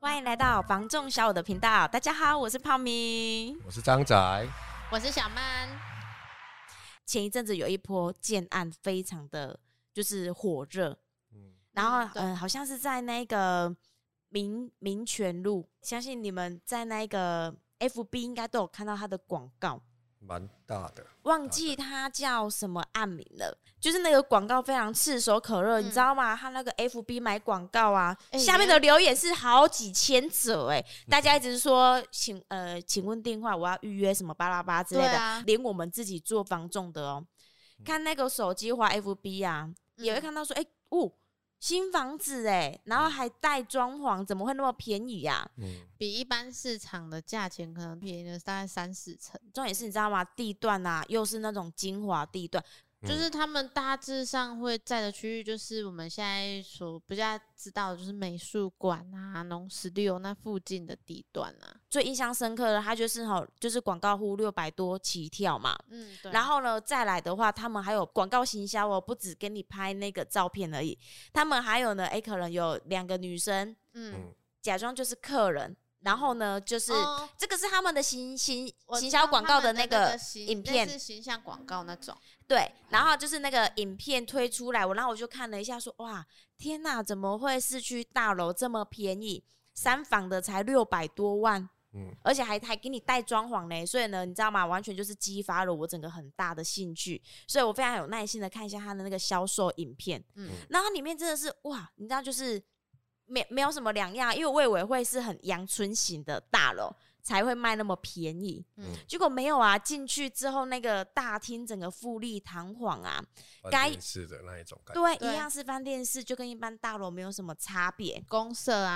欢迎来到房仲小五的频道，大家好，我是泡米， 我是张仔， 我是小曼。 前一阵子有一波建案非常的就是火热，然后好像是在那个民权路，相信你们在那个 FB 应该都有看到他的广告， 蛮大的， 忘记他叫什么案名了，就是那个广告非常炙手可热，你知道吗？他那个 FB 买广告啊，下面的留言是好几千则大家一直说请问电话，我要预约什么巴拉巴之类的，连我们自己做房仲的看那个手机滑 FB 啊，也会看到说新房子然后还带装潢，怎么会那么便宜啊？ 比一般市场的价钱可能便宜了大概3-4成。 重点是你知道吗？地段啊，又是那种精华地段， 就是他们大致上会在的区域，就是我们现在所比较知道的，就是美术馆啊、农16那附近的地段啊。最印象深刻的，它就是广告户600多起跳嘛。 对。 然后呢，再来的话，他们还有广告行销不止给你拍那个照片而已，他们还有呢，可能有2个女生，假装就是客人。然后呢，就是这个是他们的行销广告的那个影片， 是形象广告那种。 对，然后就是那个影片推出来，然后我就看了一下，说哇，天哪，怎么会市区大楼这么便宜？3房的才600多万，而且还给你带装潢呢，所以呢，你知道吗？完全就是激发了我整个很大的兴趣，所以我非常有耐心的看一下他的那个销售影片，然后它里面真的是哇，你知道就是。没有什么两样，因为卫委会是很阳春型的大楼才会卖那么便宜，结果没有啊，进去之后那个大厅整个富丽堂皇啊， 饭店式的那一种感觉，对，一样是饭店式，就跟一般大楼没有什么差别。 公社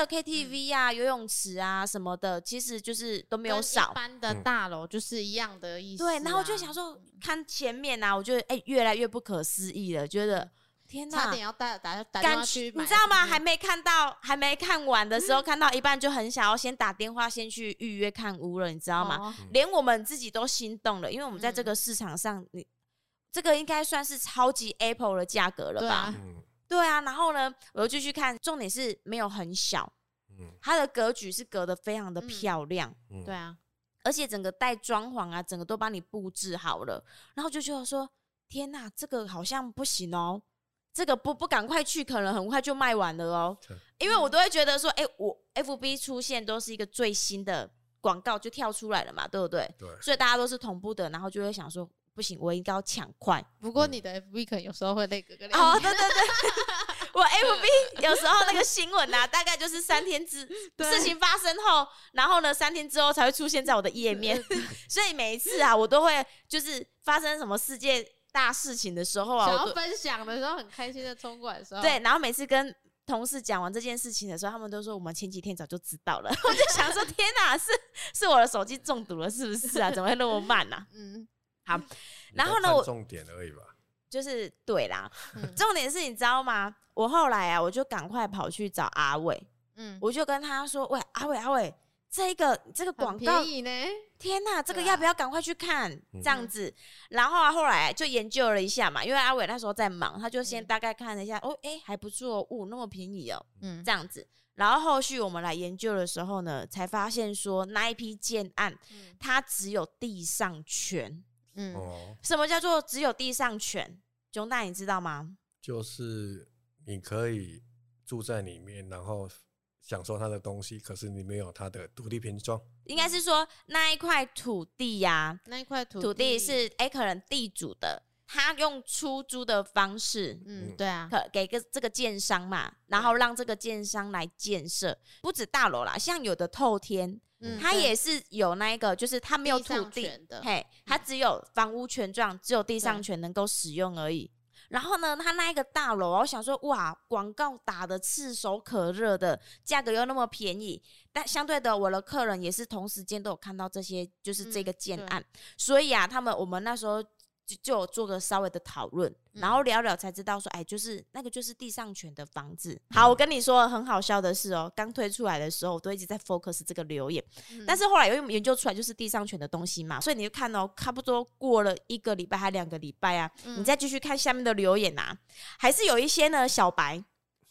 KTV 啊，游泳池啊什么的，其实就是都没有少， 跟一般的大楼就是一样的意思对，然后我就想说看前面啊，我觉得越来越不可思议了，觉得天哪， 差点要打电话去买， 你知道吗？还没看完的时候，看到一半就很想要先打电话先去预约看屋了，你知道吗？连我们自己都心动了，因为我们在这个市场上，这个应该算是超级 Apple 的价格了吧？对啊，然后呢，我又继续看，重点是没有很小，它的格局是隔得非常的漂亮， 对啊， 而且整个带装潢啊，整个都帮你布置好了，然后就觉得说，天哪，这个好像不行哦。这个不赶快去，可能很快就卖完了因为我都会觉得说，我 FB 出现都是一个最新的广告就跳出来了嘛，对不对？ 对， 所以大家都是同步的，然后就会想说，不行，我应该要抢快。 不过你的 FB 可能有时候会那个对，我 FB 有时候那个新闻啊，大概就是3天事情发生后，然后呢3天之后才会出现在我的页面，所以每一次啊，我都会就是发生什么世界大事情的时候啊， 想要分享的时候很开心的冲过来的时候， 对，然后每次跟同事讲完这件事情的时候，他们都说我们前几天早就知道了。我就想说，天哪，是我的手机中毒了，是不是啊？怎么会那么慢啊？好，然后呢，我重点而已吧， 就是对啦，重点是你知道吗？我后来啊，我就赶快跑去找阿伟，我就跟他说，喂，阿伟。这个广告便宜呢， 天哪，这个要不要赶快去看？这样子，然后后来就研究了一下嘛，因为阿伟那时候在忙，他就先大概看了一下，还不错那么便宜这样子。然后后续我们来研究的时候呢，才发现说那一批建案，它只有地上权。什么叫做只有地上权？炯大你知道吗？ 就是你可以住在里面，然后享受他的东西，可是你没有他的土地凭证。 应该是说那一块土地呀， 那一块土地是可能地主的，他用出租的方式， 对啊， 给这个建商嘛，然后让这个建商来建设，不止大楼啦，像有的透天，他也是有那个，就是他没有土地的，他只有房屋权状，只有地上权能够使用而已。然后呢，他那一个大楼，我想说，哇，广告打得炙手可热的，价格又那么便宜，但相对的，我的客人也是同时间都有看到这些，就是这个建案，所以啊，我们那时候就有做个稍微的讨论，然后聊聊才知道说，就是那个就是地上权的房子。好，我跟你说很好笑的是刚推出来的时候，我都一直在 focus 这个留言，但是后来因为研究出来就是地上权的东西嘛，所以你就看差不多过了1个礼拜还2个礼拜啊，你再继续看下面的留言啊，还是有一些呢小白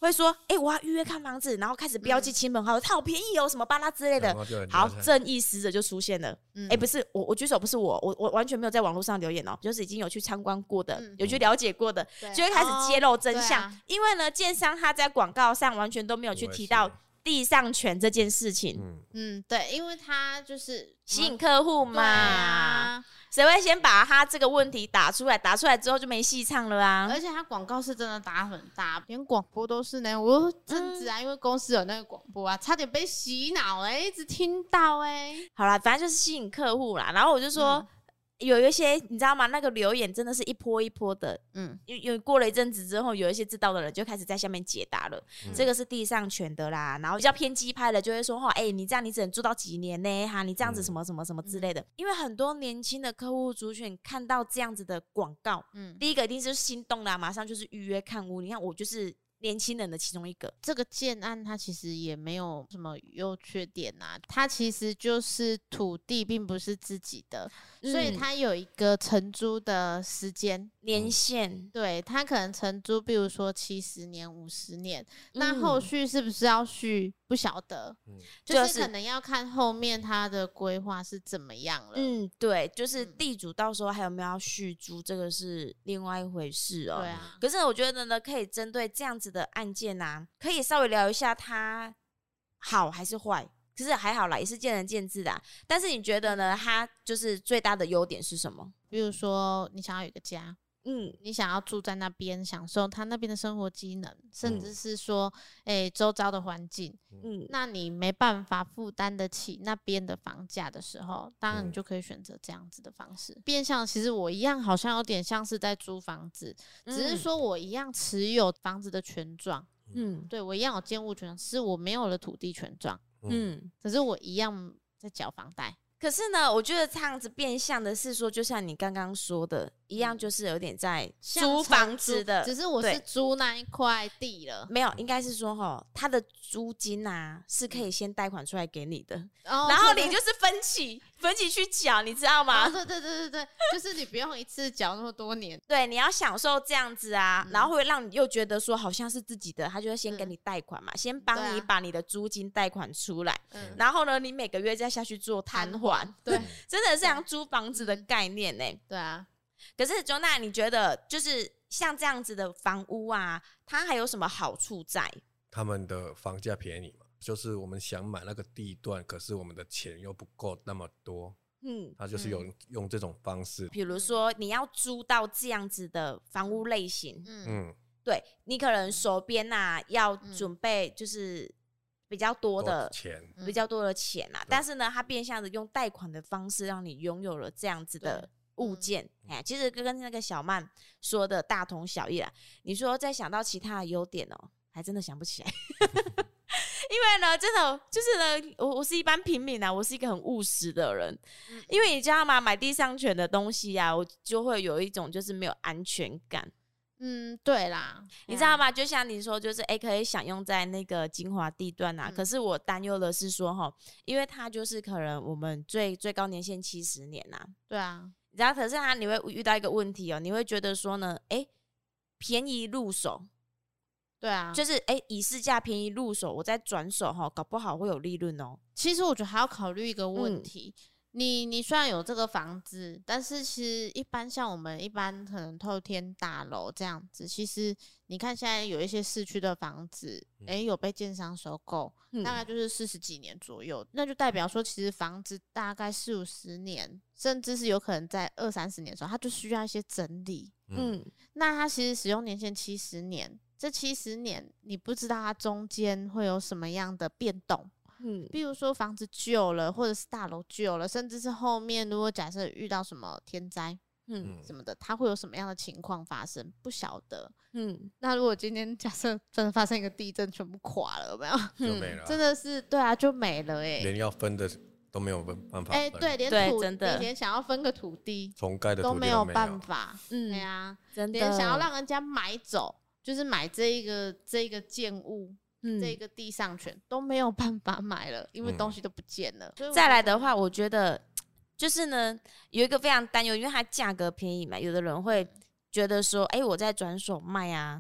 会说，我要预约看房子，然后开始标记亲朋好友，它好便宜哦，什么巴拉之类的。好，正义使者就出现了。不是我举手，不是我完全没有在网络上留言哦，就是已经有去参观过的，有去了解过的，就会开始揭露真相。因为呢，建商他在广告上完全都没有去提到地上权这件事情。 对，因为他就是吸引客户嘛。谁会先把他这个问题打出来？打出来之后就没戏唱了啊！ 而且他广告是真的打很大，连广播都是呢。我阵子因为公司有那个广播啊，差点被洗脑一直听到好啦，反正就是吸引客户啦。然后我就说。有一些你知道吗？那个留言真的是一波一波的，有过了一阵子之后，有一些知道的人就开始在下面解答了。这个是地上权的啦，然后比较偏激派的就会说你这样你只能住到几年呢？你这样子什么什么什么之类的。因为很多年轻的客户族群看到这样子的广告，第一个一定是心动啦，马上就是预约看屋。你看我就是年轻人的其中一个。 这个建案它其实也没有什么优缺点啊，它其实就是土地并不是自己的，所以它有一个承租的时间年限。 对，它可能承租比如说70年50年，那后续是不是要续不晓得，就是可能要看后面它的规划是怎么样了。 对，就是地主到时候还有没有要续租，这个是另外一回事哦。 对啊， 可是我觉得呢，可以针对这样子的案件啊，可以稍微聊一下它好还是坏。可是还好啦，也是见仁见智的。但是你觉得呢？它就是最大的优点是什么？ 比如说你想要有一个家，你想要住在那边，享受他那边的生活机能，甚至是说周遭的环境，那你没办法负担得起那边的房价的时候，当然你就可以选择这样子的方式。变相其实我一样好像有点像是在租房子，只是说我一样持有房子的权状，对，我一样有建物权，是我没有了土地权状，可是我一样在缴房贷。 可是呢，我觉得这样子变相的是说，就像你刚刚说的一样，就是有点在租房子的， 只是我是租那一块地了。 没有，应该是说它的租金啊是可以先贷款出来给你的，然后你就是分期去缴，你知道吗？ 对，就是你不用一次缴那么多年。 对，你要享受这样子啊，然后会让你又觉得说好像是自己的，他就会先给你贷款嘛，先帮你把你的租金贷款出来，然后呢，你每个月再下去做摊还。 对， 真的是像租房子的概念呢。 对啊。 可是周娜，你觉得就是像这样子的房屋啊，它还有什么好处在？ 他们的房价便宜嘛，就是我们想买那个地段，可是我们的钱又不够那么多，他就是用这种方式。 比如说你要租到这样子的房屋类型，对，你可能手边啊要准备就是比较多的钱啊，但是呢，它变相的用贷款的方式让你拥有了这样子的物件，其实跟那个小曼说的大同小异啦。你说再想到其他的优点还真的想不起来。因为呢，真的就是呢，我是一般平民啊，我是一个很务实的人。因为你知道吗，买地上权的东西啊，我就会有一种就是没有安全感。 对啦， 你知道吗？就像你说，就是可以享用在那个精华地段啊。可是我担忧的是说因为它就是可能我们最高年限70年啊。 对啊， 然后可是你会遇到一个问题你会觉得说呢，便宜入手。 对啊， 就是以市价便宜入手，我再转手搞不好会有利润其实我觉得还要考虑一个问题。你虽然有这个房子，但是其实一般像我们一般可能透天大楼这样子，其实你看现在有一些市区的房子，有被建商收购，大概就是40几年左右，那就代表说其实房子大概40、50年，甚至是有可能在20、30年的时候，它就需要一些整理。那它其实使用年限70年，这70年你不知道它中间会有什么样的变动。比如说房子旧了，或者是大楼旧了，甚至是后面如果假设遇到什么天灾什么的，它会有什么样的情况发生不晓得。那如果今天假设真的发生一个地震，全部垮了，有没有？ 就没了。 真的是对啊，就没了连要分的都没有办法分。 对，连土地，连想要分个土地重盖的土地都没有办法。对啊， 真的， 连想要让人家买走，就是买这一个建物。这个地上权都没有办法买了，因为东西都不见了。 再来的话，我觉得就是呢，有一个非常担忧，因为它价格便宜嘛，有的人会觉得说，我在转手卖啊，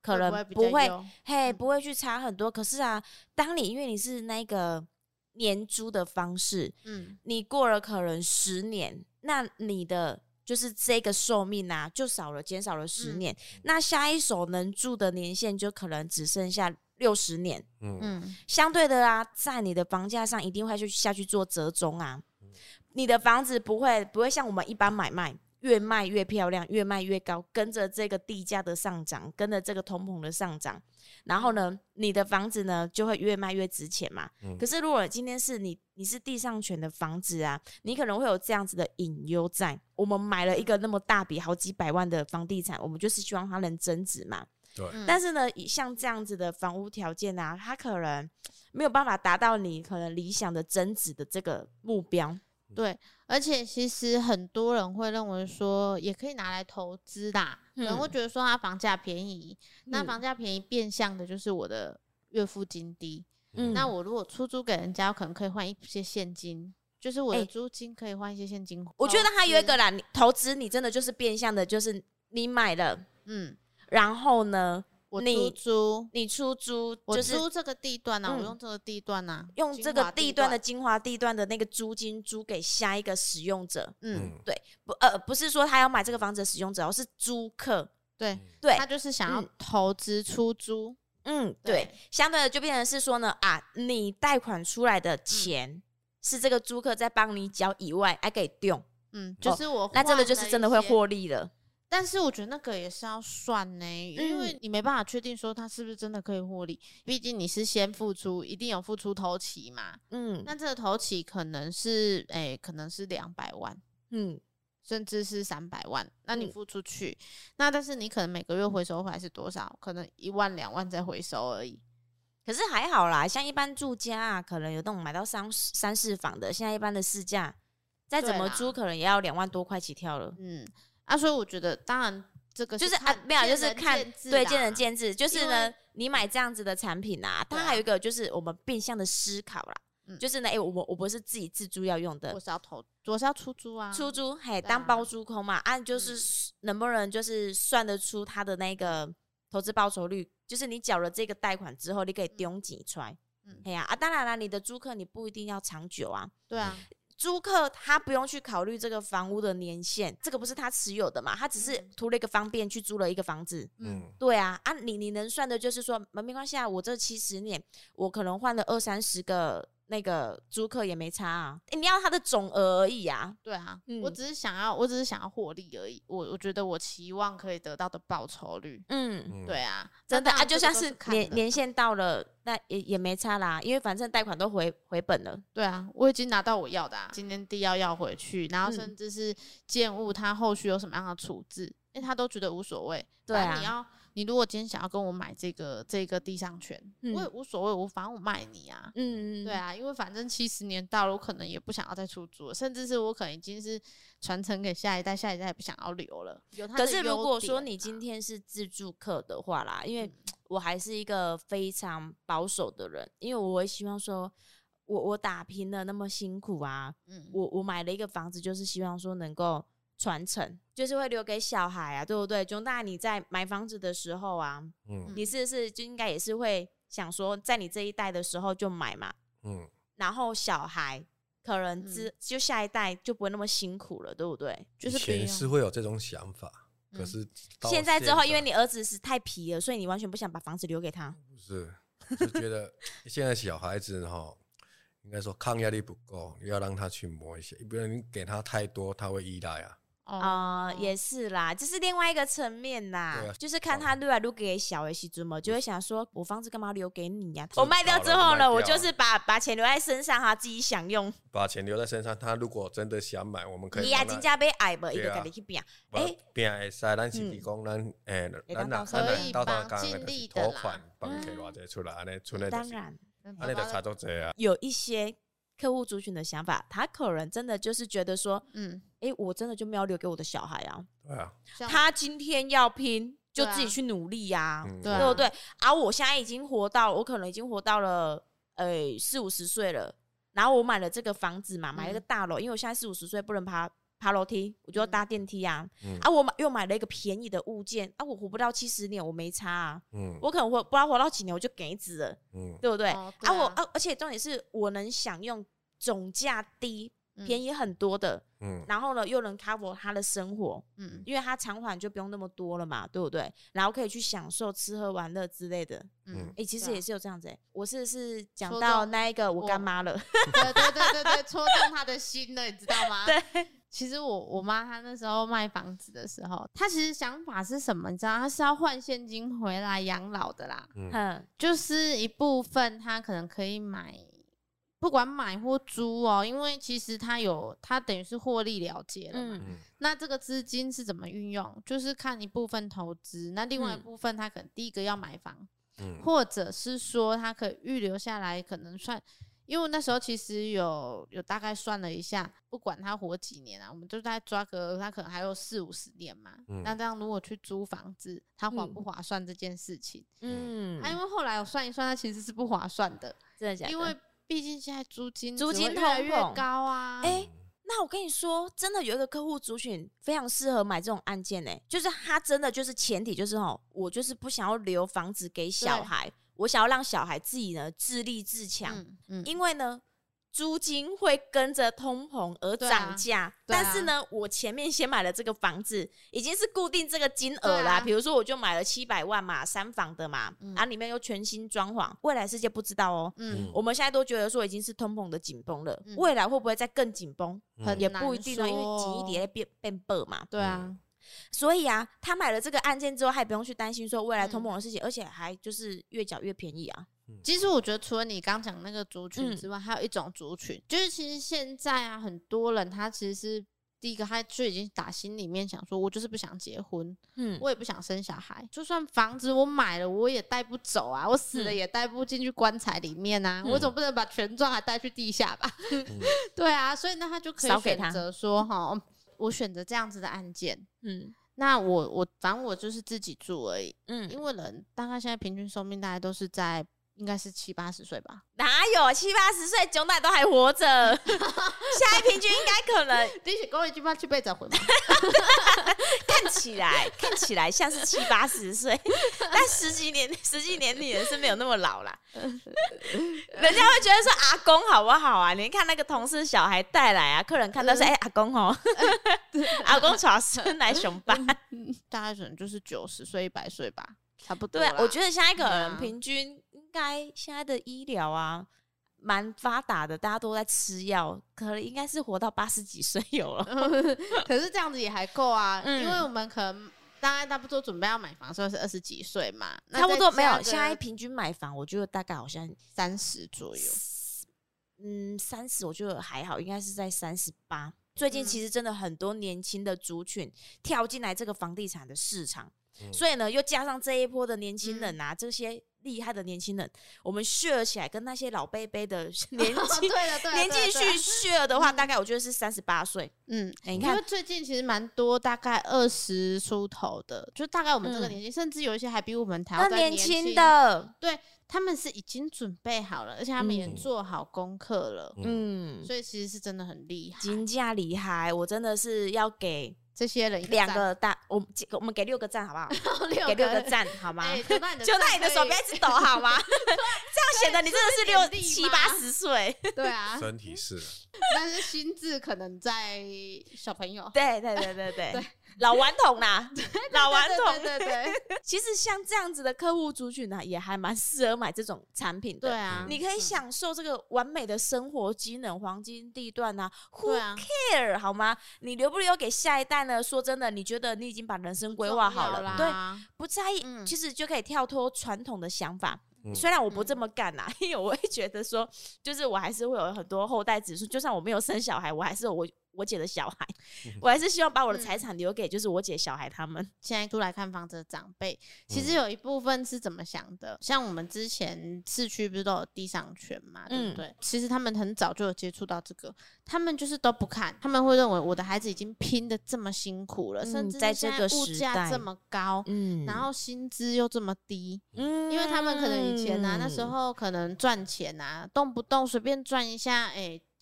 可能不会不会去差很多。可是啊，因为你是那个年租的方式，你过了可能10年，那你的就是这个寿命啊就减少了10年，那下一手能住的年限就可能只剩下60年。相对的啊，在你的房价上一定会下去做折中啊。你的房子不会像我们一般买卖，越卖越漂亮，越卖越高，跟着这个地价的上涨，跟着这个通膨的上涨，然后呢，你的房子呢就会越卖越值钱嘛。可是如果今天是你是地上权的房子啊，你可能会有这样子的隐忧在。我们买了一个那么大笔好几百万的房地产，我们就是希望它能增值嘛。 对。 但是呢，像这样子的房屋条件啊，它可能没有办法达到你可能理想的增值的这个目标。 对，而且其实很多人会认为说也可以拿来投资啦，可能会觉得说它房价便宜，那房价便宜变相的就是我的月付金低，那我如果出租给人家，可能可以换一些现金，就是我的租金可以换一些现金。 我觉得还有一个啦，投资你真的就是变相的，就是你买了，然后呢？你出租， 我租这个地段啊，我用这个地段啊， 用这个地段的精华地段的那个租金租给下一个使用者。对，不是说他要买这个房子的使用者，而是租客。 对，他就是想要投资出租。 对，相对的就变成是说呢，你贷款出来的钱是这个租客在帮你缴以外，还可以用。 就是那这个就是真的会获利了。 但是我觉得那个也是要算呢，因为你没办法确定说它是不是真的可以获利，毕竟你是先付出，一定有付出头期嘛。那这个头期可能是200万，甚至是300万，那你付出去，那但是你可能每个月回收回来是多少？可能1万2万再回收而已。 可是还好啦，像一般住家啊，可能有那种买到3、4房的，现在一般的市价再怎么租，可能也要2万多块起跳了。 所以我觉得，当然这个就是没有，就是看对见仁见智。就是呢，你买这样子的产品啊，它还有一个就是我们变相的思考啦，就是呢，我不是自己自住要用的， 我是要出租啊， 出租当包租空嘛，就是能不能就是算得出它的那个投资报酬率，就是你缴了这个贷款之后，你可以丢几出来，当然啦，你的租客你不一定要长久啊， 对啊。 租客他不用去考虑这个房屋的年限，这个不是他持有的嘛，他只是图了一个方便去租了一个房子。对啊，你能算的就是说没关系啊，我这70年我可能换了20-30个那个租客也没差啊，你要他的总额而已啊。 对啊，我只是想要获利而已，我觉得我期望可以得到的报酬率。对啊， 真的啊，就像是年限到了，那也没差啦，因为反正贷款都回本了。 对啊，我已经拿到我要的今天地要回去，然后甚至是建物它后续有什么样的处置，因为他都觉得无所谓。 对啊， 你如果今天想要跟我买这个地上权，我也无所谓，反正我卖你啊。对啊，因为反正70年到了，我可能也不想要再出租了，甚至是我可能已经是传承给下一代，下一代也不想要留了。 可是如果说你今天是自住客的话啦，因为我还是一个非常保守的人，因为我会希望说我打拼了那么辛苦啊，我买了一个房子，就是希望说能够传承，就是会留给小孩啊，对不对？就那你在买房子的时候啊，你是不是就应该也是会想说，在你这一代的时候就买嘛，然后小孩可能就下一代就不会那么辛苦了，对不对？就是以前是会有这种想法，可是现在之后，因为你儿子是太皮了，所以你完全不想把房子留给他。 不是，就觉得现在小孩子应该说抗压力不够，要让他去磨一些，不然你给他太多，他会依赖啊。 也是啦，这是另外一个层面啦，就是看他越来越给小的时候嘛，就会想说，我房子干嘛留给你呀？我卖掉之后呢，我就是把钱留在身上，他自己享用。 把钱留在身上，他如果真的想买，我们可以。 你呀，真正要爱不，伊就跟你去拼。 拼会使，咱是提供咱到尽力的啦，头款帮摕偌济出来，安尼出来当然， 安尼就差多济啊。 有一些客户族群的想法，他可能真的就是觉得说，我真的就没有留给我的小孩啊。 对啊， 他今天要拼，就自己去努力呀，对不对？我现在已经活到，我可能已经活到了40-50岁了，然后我买了这个房子嘛，买了个大楼，因为我现在40-50岁不能爬爬楼梯，我就要搭电梯啊。我又买了一个便宜的物件啊，我活不到70年，我没差啊。我可能不知道活到几年我就给子了，对不对？而且重点是我能享用总价低、便宜很多的，然后呢又能 cover 他的生活，因为他偿还就不用那么多了嘛，对不对？然后可以去享受吃喝玩乐之类的，其实也是有这样子。我是讲到那一个我干妈了， 对，戳中他的心了，你知道吗？ 对。 其实我妈她那时候卖房子的时候，她其实想法是什么？你知道，她是要换现金回来养老的啦。就是一部分她可能可以买，不管买或租哦，因为其实她等于是获利了结了嘛。那这个资金是怎么运用？就是看一部分投资，那另外一部分她可能第一个要买房，或者是说她可以预留下来，可能算。因为那时候其实有大概算了一下，不管他活几年啊，我们就在抓个他可能还有40-50年嘛。那这样如果去租房子，他划不划算这件事情？因为后来我算一算，他其实是不划算的， 真的假的？ 因为毕竟现在租金越来越高啊。 那我跟你说，真的有一个客户族群非常适合买这种案件就是他真的就是前提就是我就是不想要留房子给小孩。我想要让小孩自己呢自立自强，因为呢租金会跟着通膨而涨价，但是呢我前面先买了这个房子，已经是固定这个金额啦。比如说我就买了700万嘛，3房的嘛，里面又全新装潢，未来世界不知道哦。我们现在都觉得说已经是通膨的紧绷了，未来会不会再更紧绷，也不一定啊，因为紧一点变薄嘛。 对啊。 所以啊，他买了这个案件之后，还不用去担心说未来通膨的事情，而且还就是越缴越便宜啊。 其实我觉得，除了你刚讲那个族群之外，还有一种族群，就是其实现在啊，很多人他其实是第一个，他就已经打心里面想说，我就是不想结婚，我也不想生小孩，就算房子我买了，我也带不走啊，我死了也带不进去棺材里面啊，我总不能把权状还带去地下吧？对啊，所以那他就可以选择说哈。我选择这样子的案件，那我反正我就是自己住而已，因为人大概现在平均寿命大概都是在应该是70-80岁吧？ 哪有70-80岁9奶都还活着？现在平均应该可能， 你是跟我一般去被找回吗？ 看起来像是70-80岁，但十几年你人是没有那么老啦。人家会觉得说阿公好不好啊？你看那个同事小孩带来啊，客人看到说阿公阿公传孙来熊班， 大概可能就是90岁100岁吧，差不多。 对，我觉得现在一个人平均应该现在的医疗啊蛮发达的，大家都在吃药，可能应该是活到80几岁有了。 可是这样子也还够啊，因为我们可能大概差不多准备要买房的时候是20几岁嘛， 差不多没有。现在平均买房，我觉得大概好像 30左右。 30我觉得还好，应该是在38。最近其实真的很多年轻的族群跳进来这个房地产的市场，所以呢，又加上这一波的年轻人啊，这些厉害的年轻人，我们 share 起来跟那些老辈辈的年纪去 share 的话，大概我觉得是38岁。你看， 因为最近其实蛮多，大概20出头的，就大概我们这个年纪，甚至有一些还比我们还要更年轻的， 对。他们是已经准备好了，而且他们也做好功课了，所以其实是真的很厉害， 金价厉害，我真的是要给这些人 2个大，我们给6个赞好不好？给6个赞好吗？就那你的手不要一直抖好吗？这样显得你真的是70-80岁。 对啊， 身体是， 但是心智可能在小朋友。 对。老顽童啦，老顽童， 对。 其实像这样子的客户族群呢，也还蛮适合买这种产品的。 对啊， 你可以享受这个完美的生活机能、黄金地段啊 ，Who care 好吗？你留不留给下一代呢？说真的，你觉得你已经把人生规划好了，对，不在意，其实就可以跳脱传统的想法。虽然我不这么干啦，因为我会觉得说，就是我还是会有很多后代子孙，就算我没有生小孩，我还是有我姐的小孩，我还是希望把我的财产留给就是我姐小孩他们。 现在出来看房子的长辈，其实有一部分是怎么想的？像我们之前市区不是都有地上权嘛，对不对？其实他们很早就有接触到这个，他们就是都不看，他们会认为我的孩子已经拼得这么辛苦了，甚至现在物价这么高，然后薪资又这么低，因为他们可能以前啊那时候可能赚钱啊，动不动随便赚一下，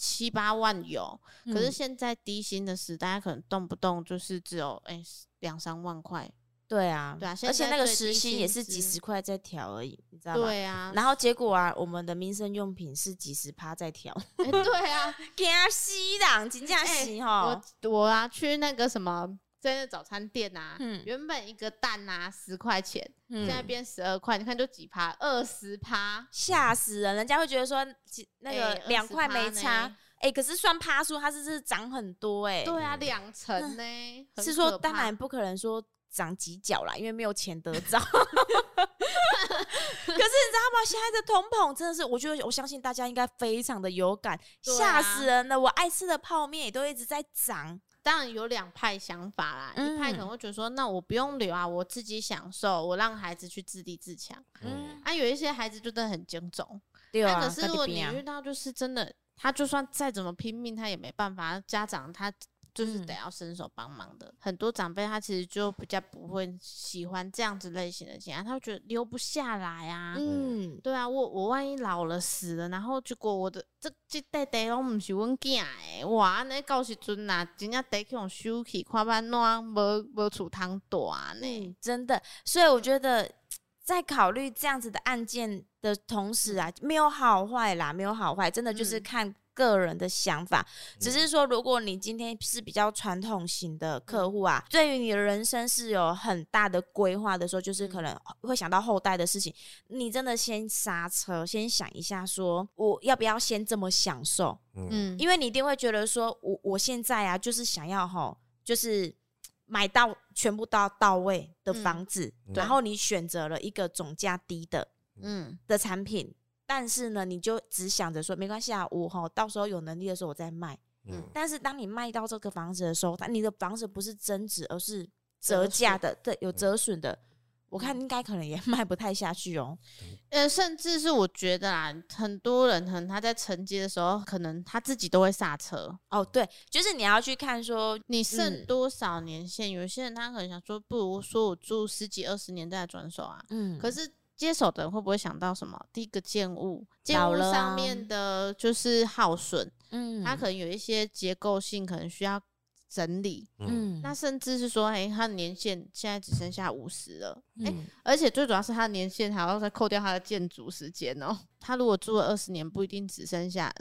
7、8万有，可是现在低薪的时代，可能动不动就是只有2、3万块。 对啊， 对啊， 而且那个时薪也是几十块在调而已，你知道吗？ 对啊， 然后结果啊，我们的民生用品是几10%在调。 对啊， 惊死人，真正是吼。 我啊去那个什么，在那早餐店啊，原本一个蛋啊10块钱，现在变12块，你看就几%，20%， 吓死人！人家会觉得说那个2块没差。可是算趴数，它是涨很多对啊，2成呢， 是说当然不可能说涨几角啦，因为没有钱得涨。可是你知道吗？现在的通膨真的是，我相信大家应该非常的有感，吓死人了！我爱吃的泡面也都一直在涨。 当然有2派想法啦，一派可能会觉得说，那我不用留啊，我自己享受，我让孩子去自立自强。有一些孩子就真的很精忠，对啊。可是如果你遇到就是真的。他就算再怎么拼命，他也没办法。家长他就是得要伸手帮忙的。很多长辈他其实就比较不会喜欢这样子类型的钱，他会觉得留不下来啊。对啊，我万一老了死了，然后结果我的这代代都不是我囝的，哇，那到时阵啊，真正得去用收起，看办怎无厝通住呢。 真的，所以我觉得。在考虑这样子的案件的同时啊，没有好坏啦，没有好坏，真的就是看个人的想法。只是说，如果你今天是比较传统型的客户啊，对于你的人生是有很大的规划的时候，就是可能会想到后代的事情，你真的先刹车，先想一下，说我要不要先这么享受？因为你一定会觉得说，我现在啊，就是想要就是买到全部到位的房子，然后你选择了一个总价低的产品，但是呢，你就只想着说没关系啊，我到时候有能力的时候我再卖。但是当你卖到这个房子的时候，你的房子不是增值，而是折价的，对，有折损的。我看应该可能也卖不太下去哦。 甚至是我觉得啦，很多人可能他在承接的时候，可能他自己都会刹车。 对，就是你要去看说你剩多少年限。有些人他可能想说，不如说我住10几20年再来转手啊。可是接手的人会不会想到什么？第一个建物上面的就是耗损，它可能有一些结构性，可能需要整理，那甚至是说，他的年限现在只剩下50了，而且最主要是他的年限还要再扣掉他的建筑时间哦。他如果住了20年，不一定是剩下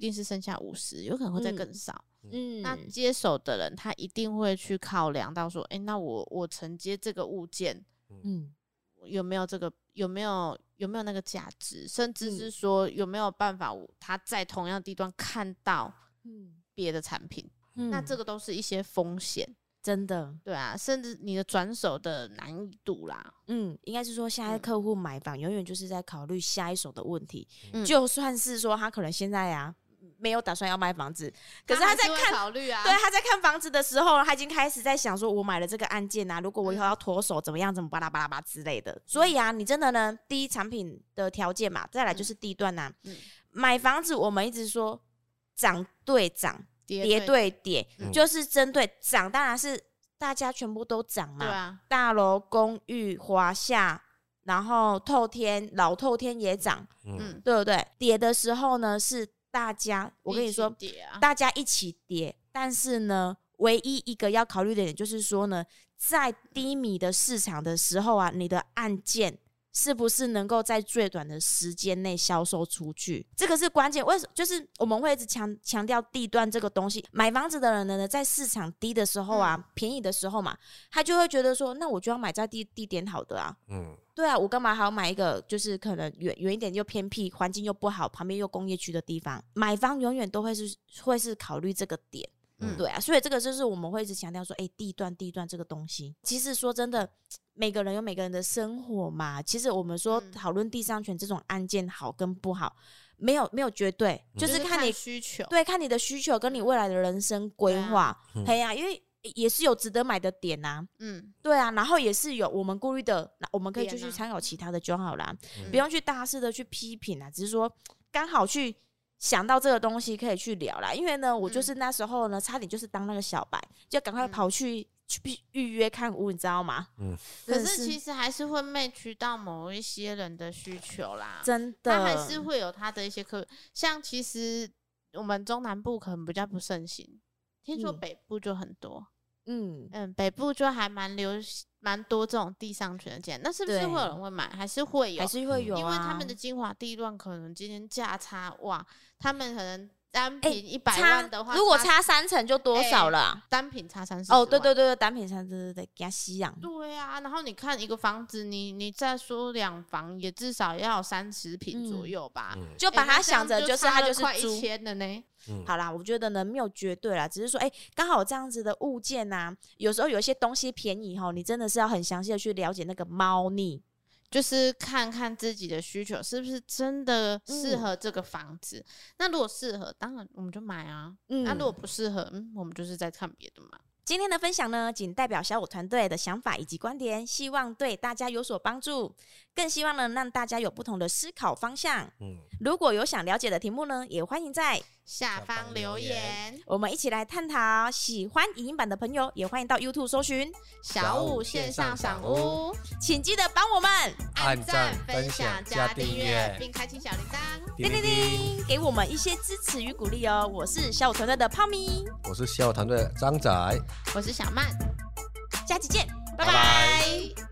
50，有可能会再更少。那接手的人他一定会去考量到说，那我承接这个物件，有没有那个价值，甚至是说有没有办法他在同样地段看到别的产品。那这个都是一些风险， 真的。 对啊，甚至你的转手的难易度啦。 应该是说现在客户买房永远就是在考虑下一手的问题。就算是说他可能现在啊没有打算要卖房子，可是他在考虑啊， 对，他在看房子的时候，他已经开始在想说，我买了这个案件啊，如果我以后要脱手怎么样，怎么巴拉巴拉巴之类的。所以啊，你真的呢，第一产品的条件嘛，再来就是地段啊。买房子我们一直说涨对涨。跌对跌，就是针对涨，当然是大家全部都涨嘛。 对啊， 大楼、公寓、华夏，然后透天、老透天也涨，对不对？跌的时候呢，是大家，我跟你说，大家一起跌，但是呢，唯一一个要考虑的点就是说呢，在低迷的市场的时候啊，你的案件是不是能够在最短的时间内销售出去？这个是关键。为什么？就是我们会一直强调地段这个东西。买房子的人呢，在市场低的时候啊，便宜的时候嘛，他就会觉得说，那我就要买在地点好的啊。对啊，我干嘛还要买一个就是可能远一点又偏僻，环境又不好，旁边又工业区的地方？买房永远都会是考虑这个点。对啊，所以这个就是我们会一直强调说，地段这个东西，其实说真的，每个人有每个人的生活嘛。其实我们说讨论地上权这种案件好跟不好，没有绝对，就是看你需求， 对，看你的需求跟你未来的人生规划。对啊，因为也是有值得买的点啊。对啊，然后也是有我们顾虑的，我们可以就去参考其他的就好啦，不用去大肆的去批评啊，只是说刚好去想到这个东西可以去聊啦。因为呢，我就是那时候呢，差点就是当那个小白，就赶快跑去预约看屋，你知道吗？ 可是其实还是会match到某一些人的需求啦， 真的， 他还是会有他的一些像其实我们中南部可能比较不盛行，听说北部就很多。北部就还蛮多这种地上权的建，那是不是会有人会买？还是会有， 还是会有啊， 因为他们的精华地段可能今天价差哇，他们可能单品100万的话， 如果差3成就多少了？ 单品差30 万。哦，对，单品差对，给它吸氧。 对啊，然后你看一个房子，你再说2房，也至少要有30坪左右吧？ 就把它想着就是它就是快1000的呢。 好啦，我觉得呢没有绝对啦，只是说刚好有这样子的物件啊，有时候有一些东西便宜你真的是要很详细的去了解那个猫腻， 就是看看自己的需求是不是真的适合这个房子。那如果适合，当然我们就买啊。那如果不适合，我们就是在看别的嘛。 今天的分享呢，仅代表小武团队的想法以及观点，希望对大家有所帮助，更希望呢让大家有不同的思考方向。如果有想了解的题目呢，也欢迎在下方留言， 我们一起来探讨。喜欢影音版的朋友，也欢迎到 YouTube 搜寻小武线上赏屋， 请记得帮我们按赞、分享、加订阅， 并开启小铃铛， 叮叮叮，给我们一些支持与鼓励哦。我是小武团队的泡咪， 我是小武团队的张仔， 我是小曼， 下期见，拜拜。